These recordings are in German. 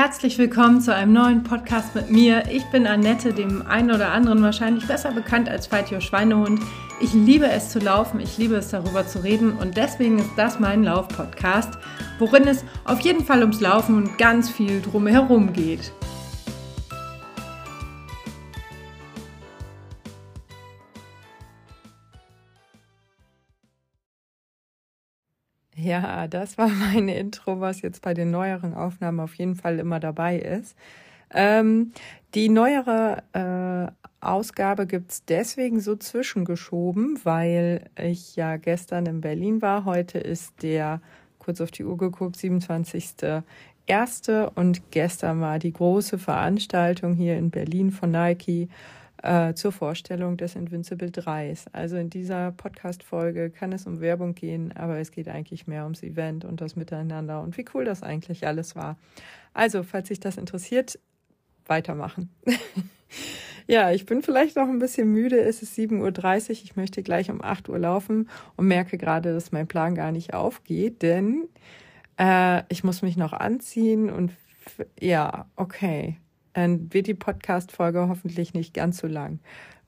Herzlich willkommen zu einem neuen Podcast mit mir. Ich bin Annette, dem einen oder anderen wahrscheinlich besser bekannt als Fight Your Schweinehund. Ich liebe es zu laufen, ich liebe es darüber zu reden und deswegen ist das mein Lauf-Podcast, worin es auf jeden Fall ums Laufen und ganz viel drumherum geht. Ja, das war mein Intro, was jetzt bei den neueren Aufnahmen auf jeden Fall immer dabei ist. Die neuere Ausgabe gibt's deswegen so zwischengeschoben, weil ich ja gestern in Berlin war. Heute ist der, kurz auf die Uhr geguckt, 27.01. und gestern war die große Veranstaltung hier in Berlin von Nike zur Vorstellung des Invincible 3s. Also in dieser Podcast-Folge kann es um Werbung gehen, aber es geht eigentlich mehr ums Event und das Miteinander und wie cool das eigentlich alles war. Also, falls sich das interessiert, weitermachen. Ja, ich bin vielleicht noch ein bisschen müde. Es ist 7.30 Uhr. Ich möchte gleich um 8 Uhr laufen und merke gerade, dass mein Plan gar nicht aufgeht, denn ich muss mich noch anziehen und ja, okay. Dann wird die Podcast-Folge hoffentlich nicht ganz so lang.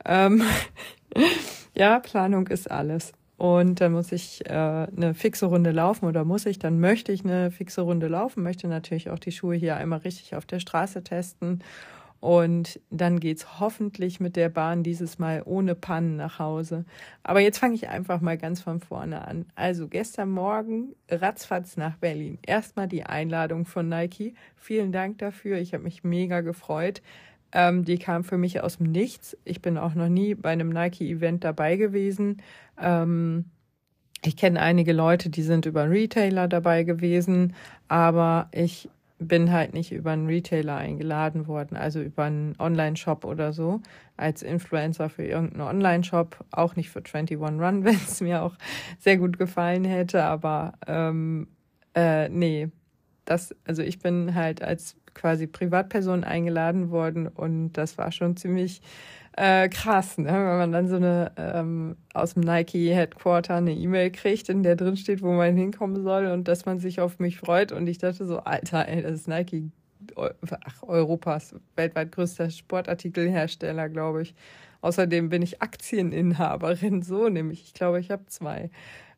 Ja, Planung ist alles. Und dann muss ich eine fixe Runde laufen dann möchte ich eine fixe Runde laufen, möchte natürlich auch die Schuhe hier einmal richtig auf der Straße testen. Und dann geht's hoffentlich mit der Bahn dieses Mal ohne Pannen nach Hause. Aber jetzt fange ich einfach mal ganz von vorne an. Also gestern Morgen ratzfatz nach Berlin. Erstmal die Einladung von Nike. Vielen Dank dafür. Ich habe mich mega gefreut. Die kam für mich aus dem Nichts. Ich bin auch noch nie bei einem Nike-Event dabei gewesen. Ich kenne einige Leute, die sind über einen Retailer dabei gewesen, aber ich bin halt nicht über einen Retailer eingeladen worden, also über einen Online-Shop oder so, als Influencer für irgendeinen Online-Shop, auch nicht für 21 Run, wenn es mir auch sehr gut gefallen hätte, aber nee, also ich bin halt als quasi Privatperson eingeladen worden und das war schon ziemlich krass, ne? Wenn man dann so eine aus dem Nike Headquarter eine E-Mail kriegt, in der drin steht, wo man hinkommen soll und dass man sich auf mich freut. Und ich dachte so, Alter, ey, das ist Nike, Europas weltweit größter Sportartikelhersteller, glaube ich. Außerdem bin ich Aktieninhaberin, so nämlich. Ich glaube, ich habe 2.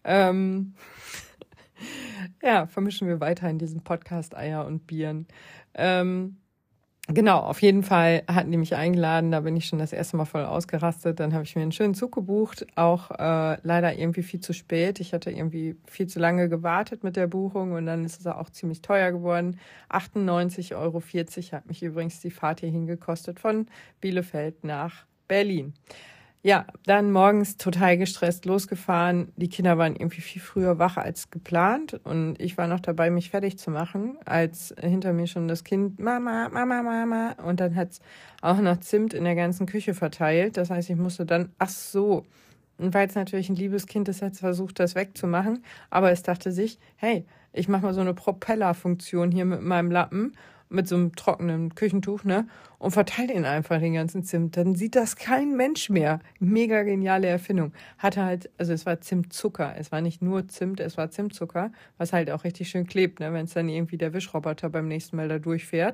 Ja, vermischen wir weiter in diesem Podcast Eier und Bieren. Genau, auf jeden Fall hatten die mich eingeladen, da bin ich schon das erste Mal voll ausgerastet, dann habe ich mir einen schönen Zug gebucht, auch leider irgendwie viel zu spät, ich hatte irgendwie viel zu lange gewartet mit der Buchung und dann ist es auch ziemlich teuer geworden, 98,40 Euro hat mich übrigens die Fahrt hierhin gekostet von Bielefeld nach Berlin. Ja, dann morgens total gestresst losgefahren. Die Kinder waren irgendwie viel früher wach als geplant und ich war noch dabei, mich fertig zu machen, als hinter mir schon das Kind Mama, Mama, Mama und dann hat's auch noch Zimt in der ganzen Küche verteilt. Das heißt, ich musste dann, ach so, und weil es natürlich ein liebes Kind ist, hat es versucht, das wegzumachen, aber es dachte sich, hey, ich mache mal so eine Propellerfunktion hier mit meinem Lappen, mit so einem trockenen Küchentuch, ne? Und verteilt ihn einfach den ganzen Zimt. Dann sieht das kein Mensch mehr. Mega geniale Erfindung. Hatte halt, also es war Zimtzucker. Es war nicht nur Zimt, es war Zimtzucker, was halt auch richtig schön klebt, ne? Wenn es dann irgendwie der Wischroboter beim nächsten Mal da durchfährt.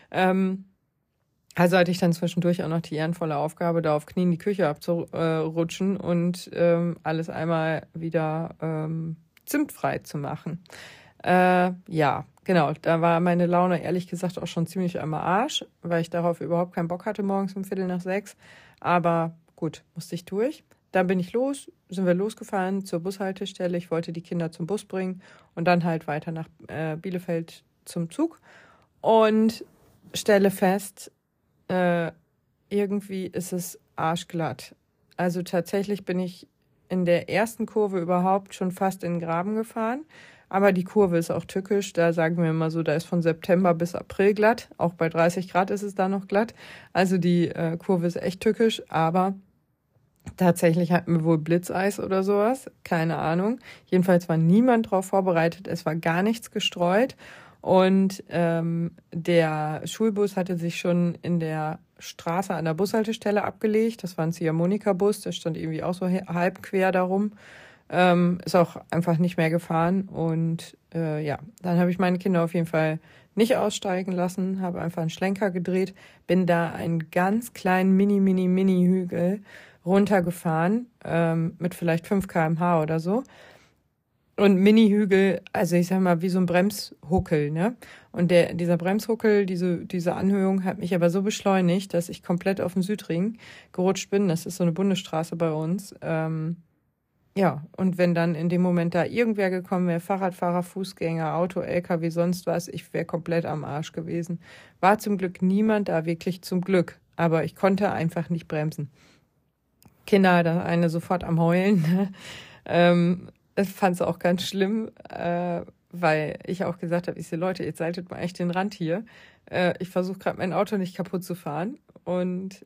Also hatte ich dann zwischendurch auch noch die ehrenvolle Aufgabe, da auf Knien die Küche abzurutschen und alles einmal wieder zimtfrei zu machen. Ja, genau, da war meine Laune ehrlich gesagt auch schon ziemlich am Arsch, weil ich darauf überhaupt keinen Bock hatte morgens um 5:45. Aber gut, musste ich durch. Dann sind wir losgefahren zur Bushaltestelle. Ich wollte die Kinder zum Bus bringen und dann halt weiter nach Bielefeld zum Zug und stelle fest, irgendwie ist es arschglatt. Also tatsächlich bin ich in der ersten Kurve überhaupt schon fast in den Graben gefahren. Aber die Kurve ist auch tückisch. Da sagen wir immer so, da ist von September bis April glatt. Auch bei 30 Grad ist es da noch glatt. Also die Kurve ist echt tückisch. Aber tatsächlich hatten wir wohl Blitzeis oder sowas. Keine Ahnung. Jedenfalls war niemand darauf vorbereitet. Es war gar nichts gestreut. Und der Schulbus hatte sich schon in der Straße an der Bushaltestelle abgelegt. Das war ein Ziehharmonika-Bus. Der stand irgendwie auch so halb quer darum. Ist auch einfach nicht mehr gefahren und ja, dann habe ich meine Kinder auf jeden Fall nicht aussteigen lassen, habe einfach einen Schlenker gedreht, bin da einen ganz kleinen Mini-Hügel runtergefahren, mit vielleicht 5 km/h oder so. Und Mini-Hügel, also ich sag mal, wie so ein Bremshuckel, ne? Und dieser Bremshuckel, diese Anhöhung hat mich aber so beschleunigt, dass ich komplett auf den Südring gerutscht bin. Das ist so eine Bundesstraße bei uns. Ja, und wenn dann in dem Moment da irgendwer gekommen wäre, Fahrradfahrer, Fußgänger, Auto, LKW, sonst was, ich wäre komplett am Arsch gewesen. War zum Glück niemand da, wirklich zum Glück. Aber ich konnte einfach nicht bremsen. Kinder, da eine sofort am Heulen. Ich fand es auch ganz schlimm, weil ich auch gesagt habe, ich so, Leute, jetzt saltet mal echt den Rand hier. Ich versuche gerade mein Auto nicht kaputt zu fahren. Und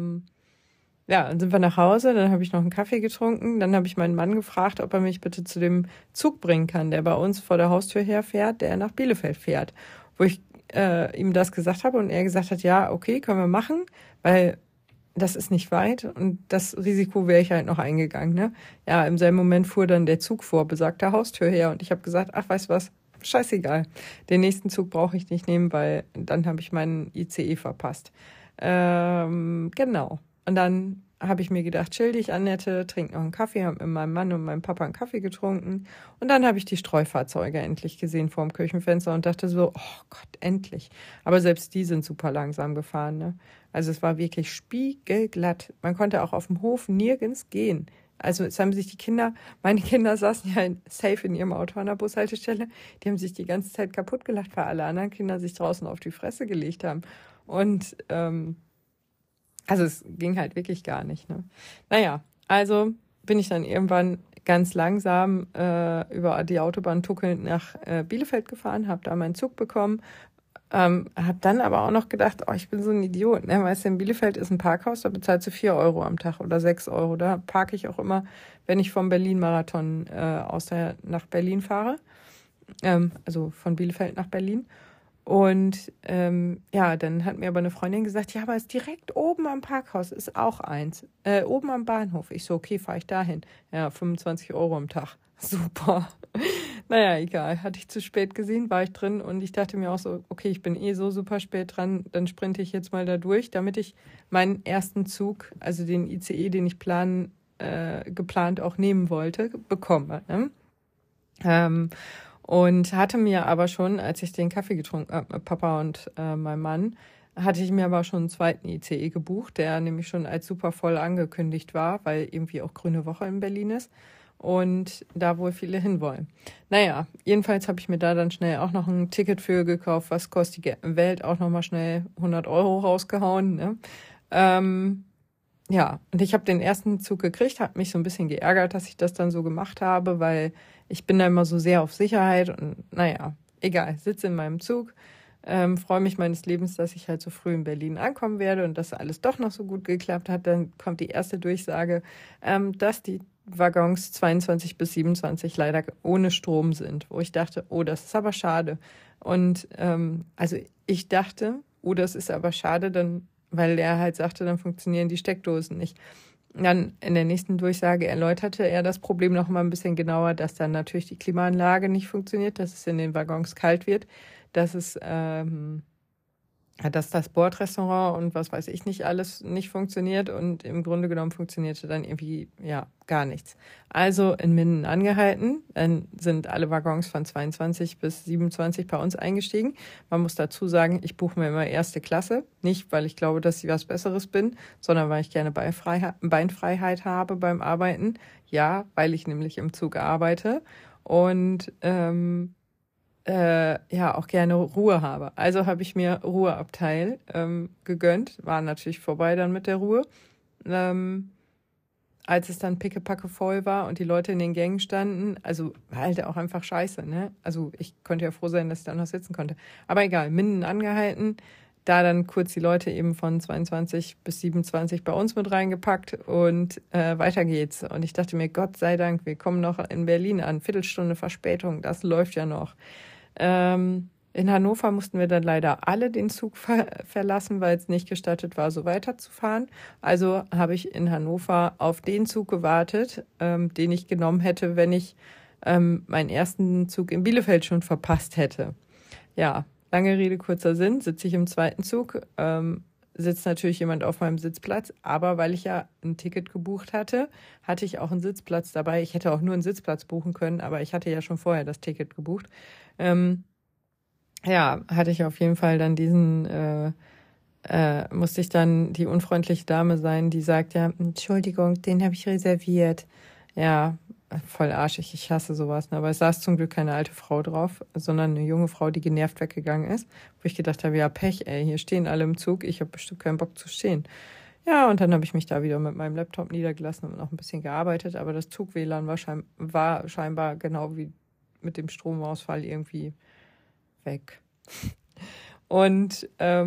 ja, dann sind wir nach Hause, dann habe ich noch einen Kaffee getrunken, dann habe ich meinen Mann gefragt, ob er mich bitte zu dem Zug bringen kann, der bei uns vor der Haustür herfährt, der nach Bielefeld fährt. Wo ich ihm das gesagt habe und er gesagt hat, ja, okay, können wir machen, weil das ist nicht weit und das Risiko wäre ich halt noch eingegangen, ne? Ja, im selben Moment fuhr dann der Zug vor besagter Haustür her und ich habe gesagt, ach, weißt du was, scheißegal, den nächsten Zug brauche ich nicht nehmen, weil dann habe ich meinen ICE verpasst. Genau. Und dann habe ich mir gedacht, chill dich, Annette, trink noch einen Kaffee, habe mit meinem Mann und meinem Papa einen Kaffee getrunken. Und dann habe ich die Streufahrzeuge endlich gesehen vor dem Küchenfenster und dachte so, oh Gott, endlich. Aber selbst die sind super langsam gefahren, ne? Also es war wirklich spiegelglatt. Man konnte auch auf dem Hof nirgends gehen. Also es haben sich die Kinder, meine Kinder saßen ja safe in ihrem Auto an der Bushaltestelle, die haben sich die ganze Zeit kaputt gelacht, weil alle anderen Kinder sich draußen auf die Fresse gelegt haben. Und also es ging halt wirklich gar nicht, ne? Naja, also bin ich dann irgendwann ganz langsam über die Autobahn tuckelnd nach Bielefeld gefahren, habe da meinen Zug bekommen, habe dann aber auch noch gedacht, oh, ich bin so ein Idiot, ne? Weißt du, in Bielefeld ist ein Parkhaus, da bezahlst du 4 Euro am Tag oder 6 Euro. Da parke ich auch immer, wenn ich vom Berlin-Marathon nach Berlin fahre, also von Bielefeld nach Berlin. Und ja, dann hat mir aber eine Freundin gesagt, ja, aber es ist direkt oben am Parkhaus, ist auch eins. Oben am Bahnhof. Ich so, okay, fahre ich dahin. Ja, 25 Euro am Tag. Super. Naja, egal. Hatte ich zu spät gesehen, war ich drin und ich dachte mir auch so, okay, ich bin eh so super spät dran, dann sprinte ich jetzt mal da durch, damit ich meinen ersten Zug, also den ICE, den ich geplant auch nehmen wollte, bekomme. Ne? Und hatte mir aber schon, als ich den Kaffee getrunken habe mit Papa und meinem Mann, hatte ich mir aber schon einen zweiten ICE gebucht, der nämlich schon als super voll angekündigt war, weil irgendwie auch Grüne Woche in Berlin ist und da wohl viele hinwollen. Naja, jedenfalls habe ich mir da dann schnell auch noch ein Ticket für gekauft, was kostet die Welt, auch nochmal schnell 100 Euro rausgehauen, ne? Ja, und ich habe den ersten Zug gekriegt, hat mich so ein bisschen geärgert, dass ich das dann so gemacht habe, weil ich bin da immer so sehr auf Sicherheit und naja, egal, sitze in meinem Zug, freue mich meines Lebens, dass ich halt so früh in Berlin ankommen werde und dass alles doch noch so gut geklappt hat. Dann kommt die erste Durchsage, dass die Waggons 22 bis 27 leider ohne Strom sind, wo ich dachte, oh, das ist aber schade. Und also ich dachte, oh, das ist aber schade, dann, weil er halt sagte, dann funktionieren die Steckdosen nicht. Dann in der nächsten Durchsage erläuterte er das Problem noch mal ein bisschen genauer, dass dann natürlich die Klimaanlage nicht funktioniert, dass es in den Waggons kalt wird, dass dass das Bordrestaurant und was weiß ich nicht alles nicht funktioniert und im Grunde genommen funktionierte dann irgendwie, ja, gar nichts. Also in Minden angehalten, dann sind alle Waggons von 22 bis 27 bei uns eingestiegen. Man muss dazu sagen, ich buche mir immer erste Klasse, nicht weil ich glaube, dass ich was Besseres bin, sondern weil ich gerne Beinfreiheit habe beim Arbeiten. Ja, weil ich nämlich im Zug arbeite und ja auch gerne Ruhe habe. Also habe ich mir Ruheabteil gegönnt. War natürlich vorbei dann mit der Ruhe. Als es dann pickepacke voll war und die Leute in den Gängen standen, also war halt auch einfach scheiße, ne? Also ich konnte ja froh sein, dass ich da noch sitzen konnte. Aber egal, Minden angehalten, da dann kurz die Leute eben von 22 bis 27 bei uns mit reingepackt und weiter geht's. Und ich dachte mir, Gott sei Dank, wir kommen noch in Berlin an, Viertelstunde Verspätung, das läuft ja noch. In Hannover mussten wir dann leider alle den Zug verlassen, weil es nicht gestattet war, so weiterzufahren. Also habe ich in Hannover auf den Zug gewartet, den ich genommen hätte, wenn ich meinen ersten Zug in Bielefeld schon verpasst hätte. Ja, Lange Rede, kurzer Sinn, sitze ich im zweiten Zug, sitzt natürlich jemand auf meinem Sitzplatz, aber weil ich ja ein Ticket gebucht hatte, hatte ich auch einen Sitzplatz dabei. Ich hätte auch nur einen Sitzplatz buchen können, aber ich hatte ja schon vorher das Ticket gebucht. Ähm, ja, hatte ich auf jeden Fall dann musste ich dann die unfreundliche Dame sein, die sagt, ja, Entschuldigung, den habe ich reserviert. Ja, voll arschig, ich hasse sowas. Ne? Aber es saß zum Glück keine alte Frau drauf, sondern eine junge Frau, die genervt weggegangen ist. Wo ich gedacht habe, ja, Pech, ey, hier stehen alle im Zug, ich habe bestimmt keinen Bock zu stehen. Ja, und dann habe ich mich da wieder mit meinem Laptop niedergelassen und noch ein bisschen gearbeitet. Aber das Zug-WLAN war scheinbar genau wie mit dem Stromausfall irgendwie weg. Und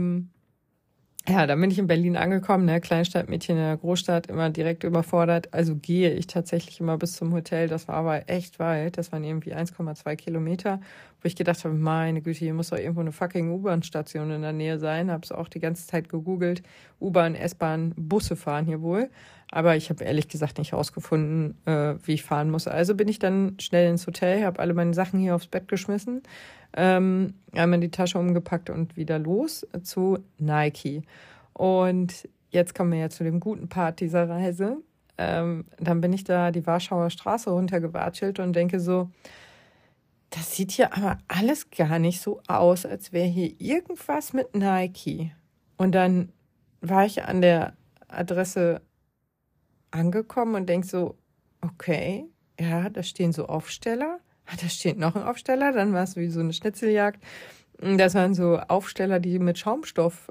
ja, dann bin ich in Berlin angekommen, ne? Kleinstadtmädchen in der Großstadt, immer direkt überfordert. Also gehe ich tatsächlich immer bis zum Hotel. Das war aber echt weit. Das waren irgendwie 1,2 Kilometer, wo ich gedacht habe, meine Güte, hier muss doch irgendwo eine fucking U-Bahn-Station in der Nähe sein. Habe es auch die ganze Zeit gegoogelt. U-Bahn, S-Bahn, Busse fahren hier wohl. Aber ich habe ehrlich gesagt nicht rausgefunden, wie ich fahren muss. Also bin ich dann schnell ins Hotel, habe alle meine Sachen hier aufs Bett geschmissen, einmal die Tasche umgepackt und wieder los zu Nike. Und jetzt kommen wir ja zu dem guten Part dieser Reise. Dann bin ich da die Warschauer Straße runtergewatschelt und denke so, das sieht hier aber alles gar nicht so aus, als wäre hier irgendwas mit Nike. Und dann war ich an der Adresse angekommen und denke so, okay, ja, da stehen so Aufsteller. Da steht noch ein Aufsteller, dann war es wie so eine Schnitzeljagd. Das waren so Aufsteller, die mit Schaumstoff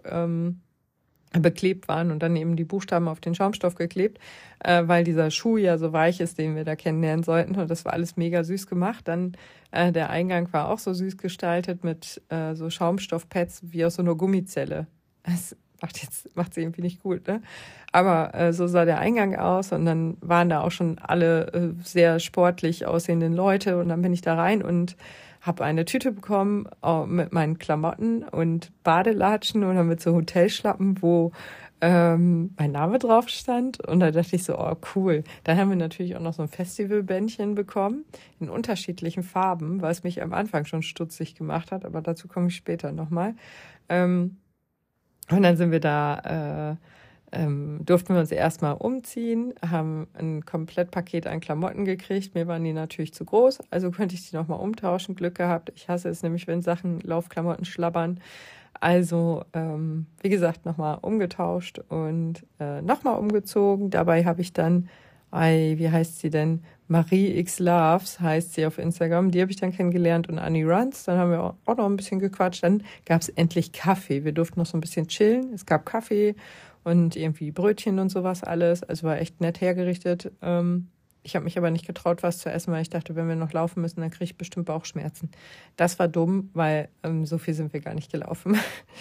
beklebt waren und dann eben die Buchstaben auf den Schaumstoff geklebt, weil dieser Schuh ja so weich ist, den wir da kennenlernen sollten. Und das war alles mega süß gemacht. Dann der Eingang war auch so süß gestaltet mit so Schaumstoffpads wie aus so einer Gummizelle. Das macht sie irgendwie nicht gut, ne? Aber so sah der Eingang aus und dann waren da auch schon alle sehr sportlich aussehenden Leute und dann bin ich da rein und habe eine Tüte bekommen mit meinen Klamotten und Badelatschen oder mit so Hotelschlappen, wo mein Name drauf stand. Und da dachte ich so, oh cool. Dann haben wir natürlich auch noch so ein Festivalbändchen bekommen in unterschiedlichen Farben, was mich am Anfang schon stutzig gemacht hat, aber dazu komme ich später nochmal. Und dann sind wir da, durften wir uns erstmal umziehen, haben ein Komplettpaket an Klamotten gekriegt. Mir waren die natürlich zu groß, also konnte ich die nochmal umtauschen. Glück gehabt. Ich hasse es nämlich, wenn Sachen Laufklamotten schlabbern. Also, wie gesagt, nochmal umgetauscht und nochmal umgezogen. Dabei habe ich dann, wie heißt sie denn? Marie X Loves heißt sie auf Instagram. Die habe ich dann kennengelernt und Annie Runs. Dann haben wir auch noch ein bisschen gequatscht. Dann gab es endlich Kaffee. Wir durften noch so ein bisschen chillen. Es gab Kaffee und irgendwie Brötchen und sowas alles. Also war echt nett hergerichtet. Ich habe mich aber nicht getraut, was zu essen, weil ich dachte, wenn wir noch laufen müssen, dann kriege ich bestimmt Bauchschmerzen. Das war dumm, weil so viel sind wir gar nicht gelaufen.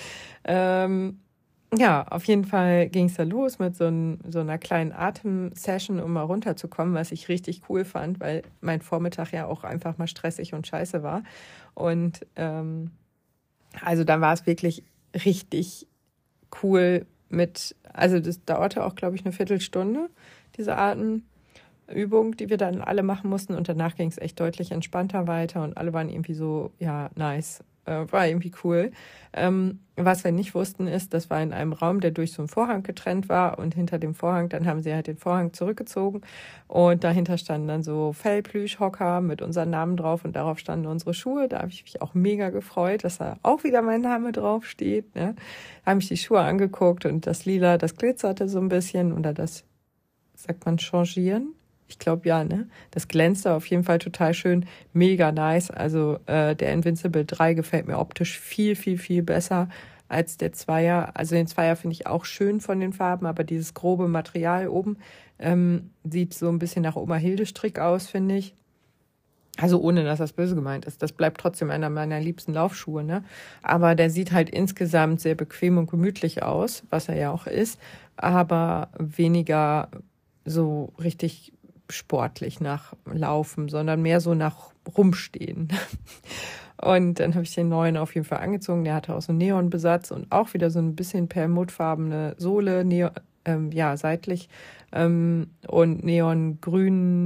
Ja, auf jeden Fall ging es da los mit so einer kleinen Atem-Session, um mal runterzukommen, was ich richtig cool fand, weil mein Vormittag ja auch einfach mal stressig und scheiße war. Und also dann war es wirklich richtig cool also das dauerte auch, glaube ich, eine Viertelstunde, diese Atemübung, die wir dann alle machen mussten. Und danach ging es echt deutlich entspannter weiter und alle waren irgendwie so, ja, nice. War irgendwie cool. Was wir nicht wussten ist, das war in einem Raum, der durch so einen Vorhang getrennt war und hinter dem Vorhang, dann haben sie halt den Vorhang zurückgezogen und dahinter standen dann so Fellplüschhocker mit unseren Namen drauf und darauf standen unsere Schuhe. Da habe ich mich auch mega gefreut, dass da auch wieder mein Name drauf steht. Ne? Da habe ich die Schuhe angeguckt und das Lila, das glitzerte so ein bisschen oder das, sagt man, changieren? Ich glaube ja, ne? Das glänzte auf jeden Fall total schön, mega nice. Also der Invincible 3 gefällt mir optisch viel, viel, viel besser als der Zweier. Also den Zweier finde ich auch schön von den Farben, aber dieses grobe Material oben sieht so ein bisschen nach Oma Hilde Strick aus, finde ich. Also ohne, dass das böse gemeint ist. Das bleibt trotzdem einer meiner liebsten Laufschuhe, ne? Aber der sieht halt insgesamt sehr bequem und gemütlich aus, was er ja auch ist, aber weniger so richtig sportlich nach Laufen, sondern mehr so nach Rumstehen. Und dann habe ich den neuen auf jeden Fall angezogen. Der hatte auch so einen Neonbesatz und auch wieder so ein bisschen perlmuttfarbene Sohle, seitlich und neongrün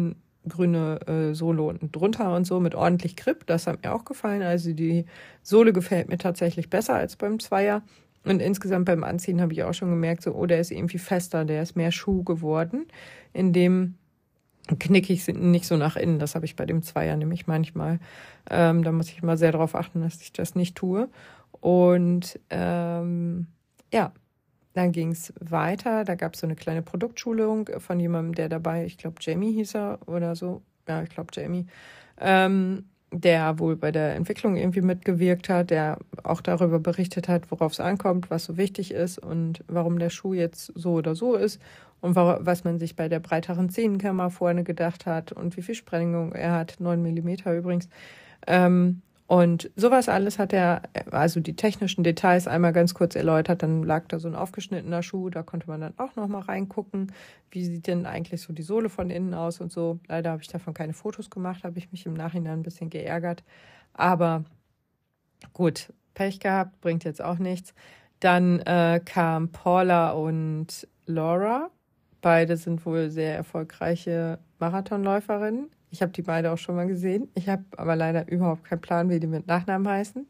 grüne Sohle unten drunter und so mit ordentlich Grip. Das hat mir auch gefallen. Also die Sohle gefällt mir tatsächlich besser als beim Zweier. Und insgesamt beim Anziehen habe ich auch schon gemerkt, so, oh, der ist irgendwie fester, der ist mehr Schuh geworden. In dem knicke ich nicht so nach innen. Das habe ich bei dem Zweier nämlich manchmal. Da muss ich mal sehr darauf achten, dass ich das nicht tue. Und ja, dann ging es weiter. Da gab es so eine kleine Produktschulung von jemandem, der dabei, ich glaube Jamie hieß er oder so. Ja, ich glaube Jamie. Der wohl bei der Entwicklung irgendwie mitgewirkt hat, der auch darüber berichtet hat, worauf es ankommt, was so wichtig ist und warum der Schuh jetzt so oder so ist und was man sich bei der breiteren Zehenkammer vorne gedacht hat und wie viel Sprengung er hat, 9 Millimeter übrigens. Und sowas alles hat er, also die technischen Details einmal ganz kurz erläutert. Dann lag da so ein aufgeschnittener Schuh, da konnte man dann auch noch mal reingucken, wie sieht denn eigentlich so die Sohle von innen aus und so. Leider habe ich davon keine Fotos gemacht, habe ich mich im Nachhinein ein bisschen geärgert. Aber gut, Pech gehabt, bringt jetzt auch nichts. Dann kam Paula und Laura. Beide sind wohl sehr erfolgreiche Marathonläuferinnen. Ich habe die beide auch schon mal gesehen. Ich habe aber leider überhaupt keinen Plan, wie die mit Nachnamen heißen.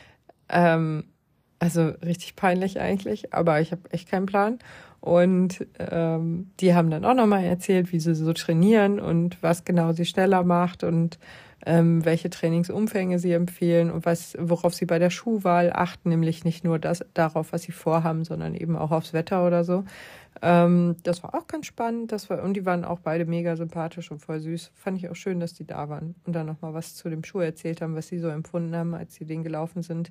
Also richtig peinlich eigentlich, aber ich habe echt keinen Plan. Und die haben dann auch nochmal erzählt, wie sie so trainieren und was genau sie schneller macht und welche Trainingsumfänge sie empfehlen und worauf sie bei der Schuhwahl achten, nämlich nicht nur darauf, was sie vorhaben, sondern eben auch aufs Wetter oder so. Das war auch ganz spannend. Und die waren auch beide mega sympathisch und voll süß. Fand ich auch schön, dass die da waren und dann nochmal was zu dem Schuh erzählt haben, was sie so empfunden haben, als sie den gelaufen sind.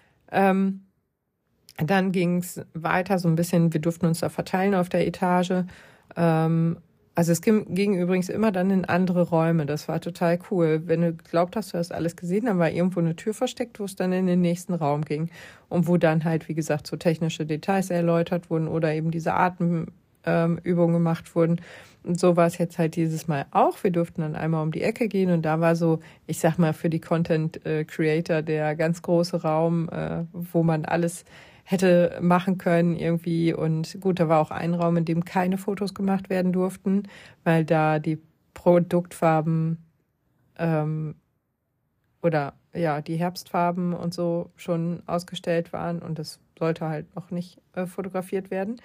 Dann ging es weiter so ein bisschen, wir durften uns da verteilen auf der Etage. Also es ging übrigens immer dann in andere Räume. Das war total cool. Wenn du glaubt hast, du hast alles gesehen, dann war irgendwo eine Tür versteckt, wo es dann in den nächsten Raum ging. Und wo dann halt, wie gesagt, so technische Details erläutert wurden oder eben diese Atemübungen gemacht wurden. Und so war es jetzt halt dieses Mal auch. Wir durften dann einmal um die Ecke gehen und da war so, ich sag mal, für die Content Creator der ganz große Raum, wo man alles hätte machen können irgendwie. Und gut, da war auch ein Raum, in dem keine Fotos gemacht werden durften, weil da die Produktfarben oder ja, die Herbstfarben und so schon ausgestellt waren und das sollte halt noch nicht fotografiert werden.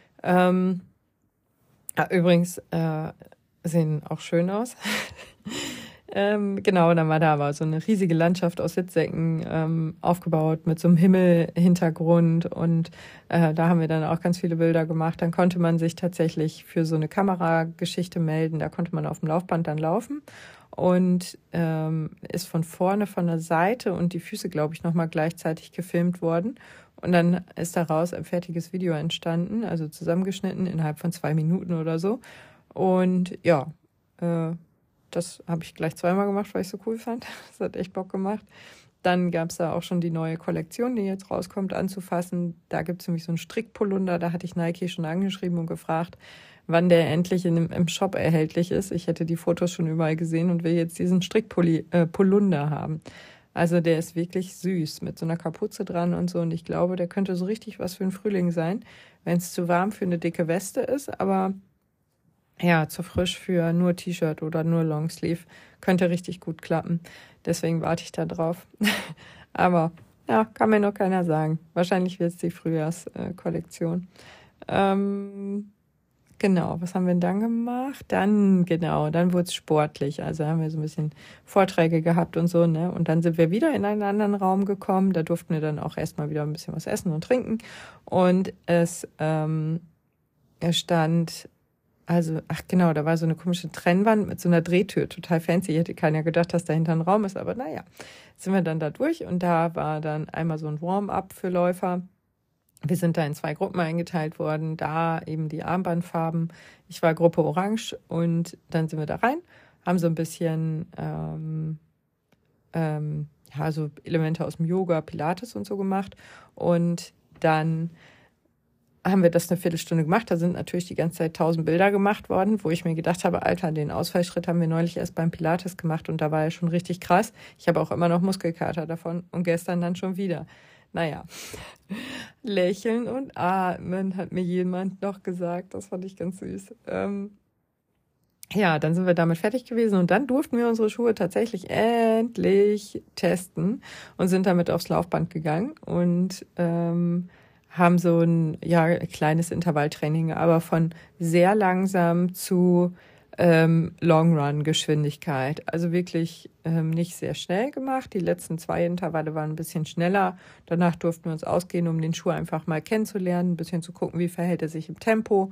Übrigens sehen auch schön aus. Genau, dann war da aber so eine riesige Landschaft aus Sitzsäcken aufgebaut mit so einem Himmelhintergrund und da haben wir dann auch ganz viele Bilder gemacht. Dann konnte man sich tatsächlich für so eine Kamerageschichte melden. Da konnte man auf dem Laufband dann laufen und ist von vorne, von der Seite und die Füße, glaube ich, nochmal gleichzeitig gefilmt worden. Und dann ist daraus ein fertiges Video entstanden, also zusammengeschnitten innerhalb von 2 Minuten oder so. Und ja, das habe ich gleich zweimal gemacht, weil ich so cool fand. Das hat echt Bock gemacht. Dann gab es da auch schon die neue Kollektion, die jetzt rauskommt, anzufassen. Da gibt es nämlich so einen Strickpolunder. Da hatte ich Nike schon angeschrieben und gefragt, wann der endlich im Shop erhältlich ist. Ich hätte die Fotos schon überall gesehen und will jetzt diesen Strickpolunder haben. Also der ist wirklich süß mit so einer Kapuze dran und so. Und ich glaube, der könnte so richtig was für den Frühling sein, wenn es zu warm für eine dicke Weste ist. Aber ja, zu frisch für nur T-Shirt oder nur Longsleeve. Könnte richtig gut klappen. Deswegen warte ich da drauf. Aber ja, kann mir noch keiner sagen. Wahrscheinlich wird es die Frühjahrskollektion. Genau, was haben wir dann gemacht? Dann wurde es sportlich. Also haben wir so ein bisschen Vorträge gehabt und so, ne? Und dann sind wir wieder in einen anderen Raum gekommen. Da durften wir dann auch erstmal wieder ein bisschen was essen und trinken. Und es stand, also, ach genau, da war so eine komische Trennwand mit so einer Drehtür, total fancy. Ich hätte keiner gedacht, dass dahinter ein Raum ist, aber naja, sind wir dann da durch und da war dann einmal so ein Warm-up für Läufer. Wir sind da in 2 Gruppen eingeteilt worden, da eben die Armbandfarben. Ich war Gruppe Orange und dann sind wir da rein, haben so ein bisschen ja, so Elemente aus dem Yoga, Pilates und so gemacht und dann haben wir das eine Viertelstunde gemacht. Da sind natürlich die ganze Zeit 1000 Bilder gemacht worden, wo ich mir gedacht habe, Alter, den Ausfallschritt haben wir neulich erst beim Pilates gemacht und da war ja schon richtig krass. Ich habe auch immer noch Muskelkater davon und gestern dann schon wieder. Naja, lächeln und atmen, hat mir jemand noch gesagt. Das fand ich ganz süß. Ja, dann sind wir damit fertig gewesen und dann durften wir unsere Schuhe tatsächlich endlich testen und sind damit aufs Laufband gegangen und haben so ein kleines Intervalltraining, aber von sehr langsam zu Long-Run-Geschwindigkeit. Also wirklich nicht sehr schnell gemacht. Die letzten 2 Intervalle waren ein bisschen schneller. Danach durften wir uns ausgehen, um den Schuh einfach mal kennenzulernen, ein bisschen zu gucken, wie verhält er sich im Tempo.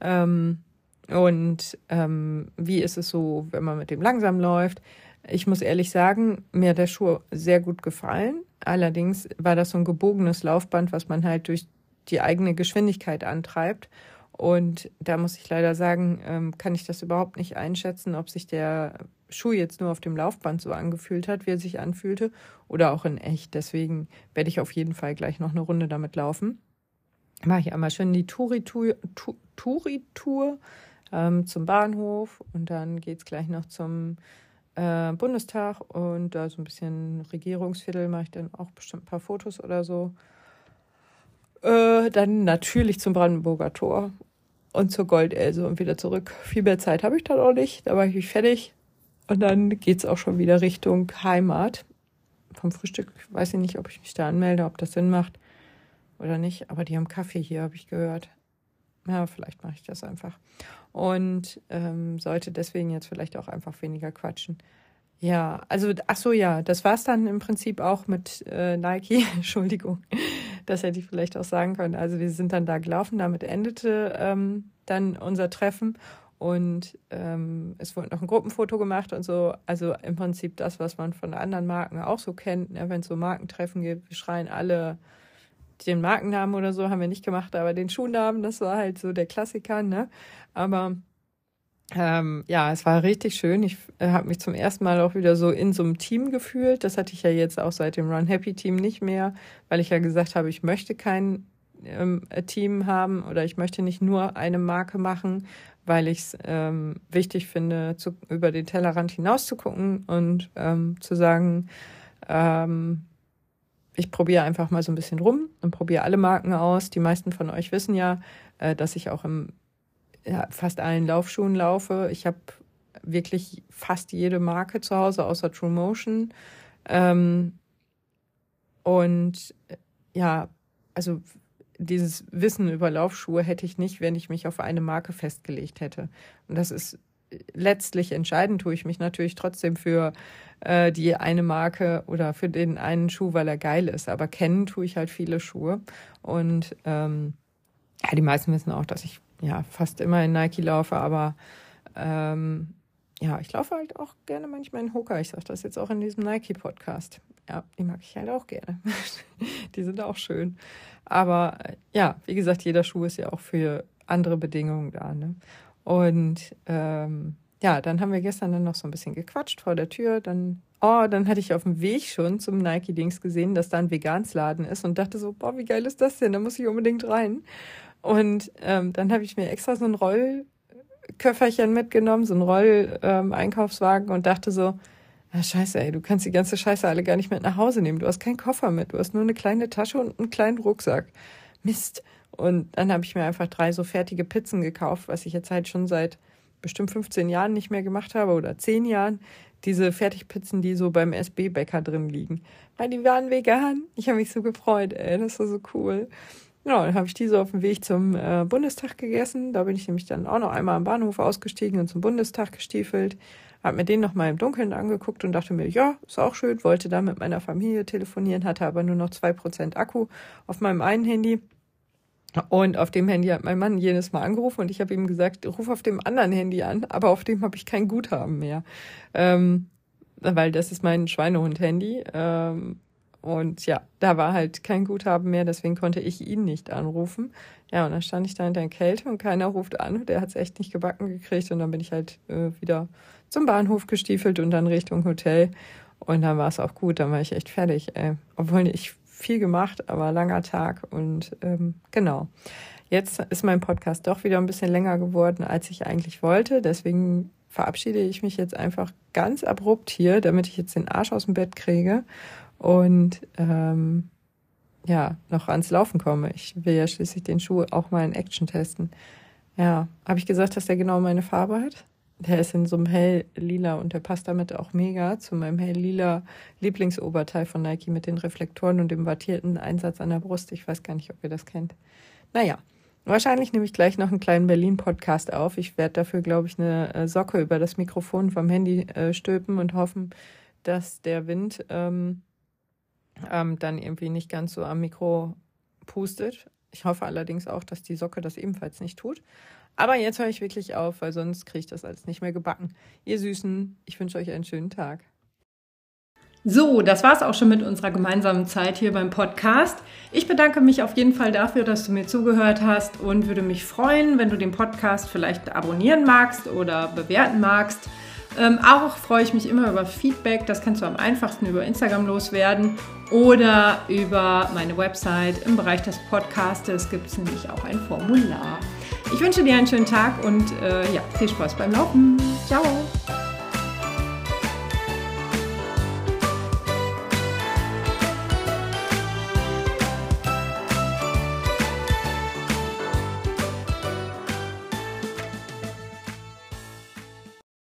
Wie ist es so, wenn man mit dem langsam läuft? Ich muss ehrlich sagen, mir hat der Schuh sehr gut gefallen. Allerdings war das so ein gebogenes Laufband, was man halt durch die eigene Geschwindigkeit antreibt. Und da muss ich leider sagen, kann ich das überhaupt nicht einschätzen, ob sich der Schuh jetzt nur auf dem Laufband so angefühlt hat, wie er sich anfühlte, oder auch in echt. Deswegen werde ich auf jeden Fall gleich noch eine Runde damit laufen. Mache ich einmal schön die Touri-Tour zum Bahnhof und dann geht's gleich noch zum Bundestag und da so ein bisschen Regierungsviertel mache ich dann auch bestimmt ein paar Fotos oder so. Dann natürlich zum Brandenburger Tor und zur Goldelse und wieder zurück. Viel mehr Zeit habe ich dann auch nicht, da war ich fertig und dann geht's auch schon wieder Richtung Heimat. Vom Frühstück weiß ich nicht, ob ich mich da anmelde, ob das Sinn macht oder nicht, aber die haben Kaffee hier, habe ich gehört. Ja, vielleicht mache ich das einfach. Und sollte deswegen jetzt vielleicht auch einfach weniger quatschen. Ja, also, ach so, ja, das war's dann im Prinzip auch mit Nike. Entschuldigung, das hätte ich vielleicht auch sagen können. Also wir sind dann da gelaufen, damit endete dann unser Treffen. Und es wurde noch ein Gruppenfoto gemacht und so. Also im Prinzip das, was man von anderen Marken auch so kennt. Ne? Wenn es so Markentreffen gibt, wir schreien alle den Markennamen oder so, haben wir nicht gemacht, aber den Schuhnamen, das war halt so der Klassiker, ne? Aber es war richtig schön. Ich habe mich zum ersten Mal auch wieder so in so einem Team gefühlt. Das hatte ich ja jetzt auch seit dem Run Happy Team nicht mehr, weil ich ja gesagt habe, ich möchte kein Team haben oder ich möchte nicht nur eine Marke machen, weil ich es wichtig finde, über den Tellerrand hinaus zu gucken und zu sagen, ich probiere einfach mal so ein bisschen rum und probiere alle Marken aus. Die meisten von euch wissen ja, dass ich auch fast allen Laufschuhen laufe. Ich habe wirklich fast jede Marke zu Hause, außer True Motion. Also dieses Wissen über Laufschuhe hätte ich nicht, wenn ich mich auf eine Marke festgelegt hätte. Und das ist letztlich entscheidend, tue ich mich natürlich trotzdem für die eine Marke oder für den einen Schuh, weil er geil ist. Aber kennen tue ich halt viele Schuhe. Und die meisten wissen auch, dass ich fast immer in Nike laufe, aber ich laufe halt auch gerne manchmal in Hoka. Ich sage das jetzt auch in diesem Nike-Podcast. Ja, die mag ich halt auch gerne. Die sind auch schön. Aber wie gesagt, jeder Schuh ist ja auch für andere Bedingungen da. Ne? Und dann haben wir gestern dann noch so ein bisschen gequatscht vor der Tür. Dann hatte ich auf dem Weg schon zum Nike-Dings gesehen, dass da ein Vegansladen ist und dachte so, boah, wie geil ist das denn? Da muss ich unbedingt rein. Und dann habe ich mir extra so ein Rollköfferchen mitgenommen, so ein Roll-Einkaufswagen und dachte so, scheiße, ey, du kannst die ganze Scheiße alle gar nicht mit nach Hause nehmen. Du hast keinen Koffer mit, du hast nur eine kleine Tasche und einen kleinen Rucksack. Mist. Und dann habe ich mir einfach 3 so fertige Pizzen gekauft, was ich jetzt halt schon seit bestimmt 15 Jahren nicht mehr gemacht habe oder 10 Jahren. Diese Fertigpizzen, die so beim SB-Bäcker drin liegen. Weil die waren vegan. Ich habe mich so gefreut, ey, das war so cool. Ja, dann habe ich die so auf dem Weg zum Bundestag gegessen. Da bin ich nämlich dann auch noch einmal am Bahnhof ausgestiegen und zum Bundestag gestiefelt. Habe mir den noch mal im Dunkeln angeguckt und dachte mir, ja, ist auch schön. Wollte da mit meiner Familie telefonieren, hatte aber nur noch 2% Akku auf meinem einen Handy. Und auf dem Handy hat mein Mann jedes Mal angerufen und ich habe ihm gesagt, ruf auf dem anderen Handy an, aber auf dem habe ich kein Guthaben mehr. Weil das ist mein Schweinehund-Handy. Und ja, da war halt kein Guthaben mehr, deswegen konnte ich ihn nicht anrufen. Ja, und dann stand ich da in der Kälte und keiner ruft an. Der hat es echt nicht gebacken gekriegt und dann bin ich halt wieder zum Bahnhof gestiefelt und dann Richtung Hotel. Und dann war es auch gut, dann war ich echt fertig. Obwohl ich viel gemacht, aber langer Tag und genau. Jetzt ist mein Podcast doch wieder ein bisschen länger geworden, als ich eigentlich wollte. Deswegen verabschiede ich mich jetzt einfach ganz abrupt hier, damit ich jetzt den Arsch aus dem Bett kriege und noch ans Laufen komme. Ich will ja schließlich den Schuh auch mal in Action testen. Ja, habe ich gesagt, dass der genau meine Farbe hat? Der ist in so einem hell-lila und der passt damit auch mega zu meinem hell-lila Lieblingsoberteil von Nike mit den Reflektoren und dem wattierten Einsatz an der Brust. Ich weiß gar nicht, ob ihr das kennt. Naja, wahrscheinlich nehme ich gleich noch einen kleinen Berlin-Podcast auf. Ich werde dafür, glaube ich, eine Socke über das Mikrofon vom Handy stülpen und hoffen, dass der Wind dann irgendwie nicht ganz so am Mikro pustet. Ich hoffe allerdings auch, dass die Socke das ebenfalls nicht tut. Aber jetzt höre ich wirklich auf, weil sonst kriege ich das alles nicht mehr gebacken. Ihr Süßen, ich wünsche euch einen schönen Tag. So, das war's auch schon mit unserer gemeinsamen Zeit hier beim Podcast. Ich bedanke mich auf jeden Fall dafür, dass du mir zugehört hast und würde mich freuen, wenn du den Podcast vielleicht abonnieren magst oder bewerten magst. Auch freue ich mich immer über Feedback. Das kannst du am einfachsten über Instagram loswerden oder über meine Website. Im Bereich des Podcastes gibt es nämlich auch ein Formular. Ich wünsche dir einen schönen Tag und viel Spaß beim Laufen. Ciao!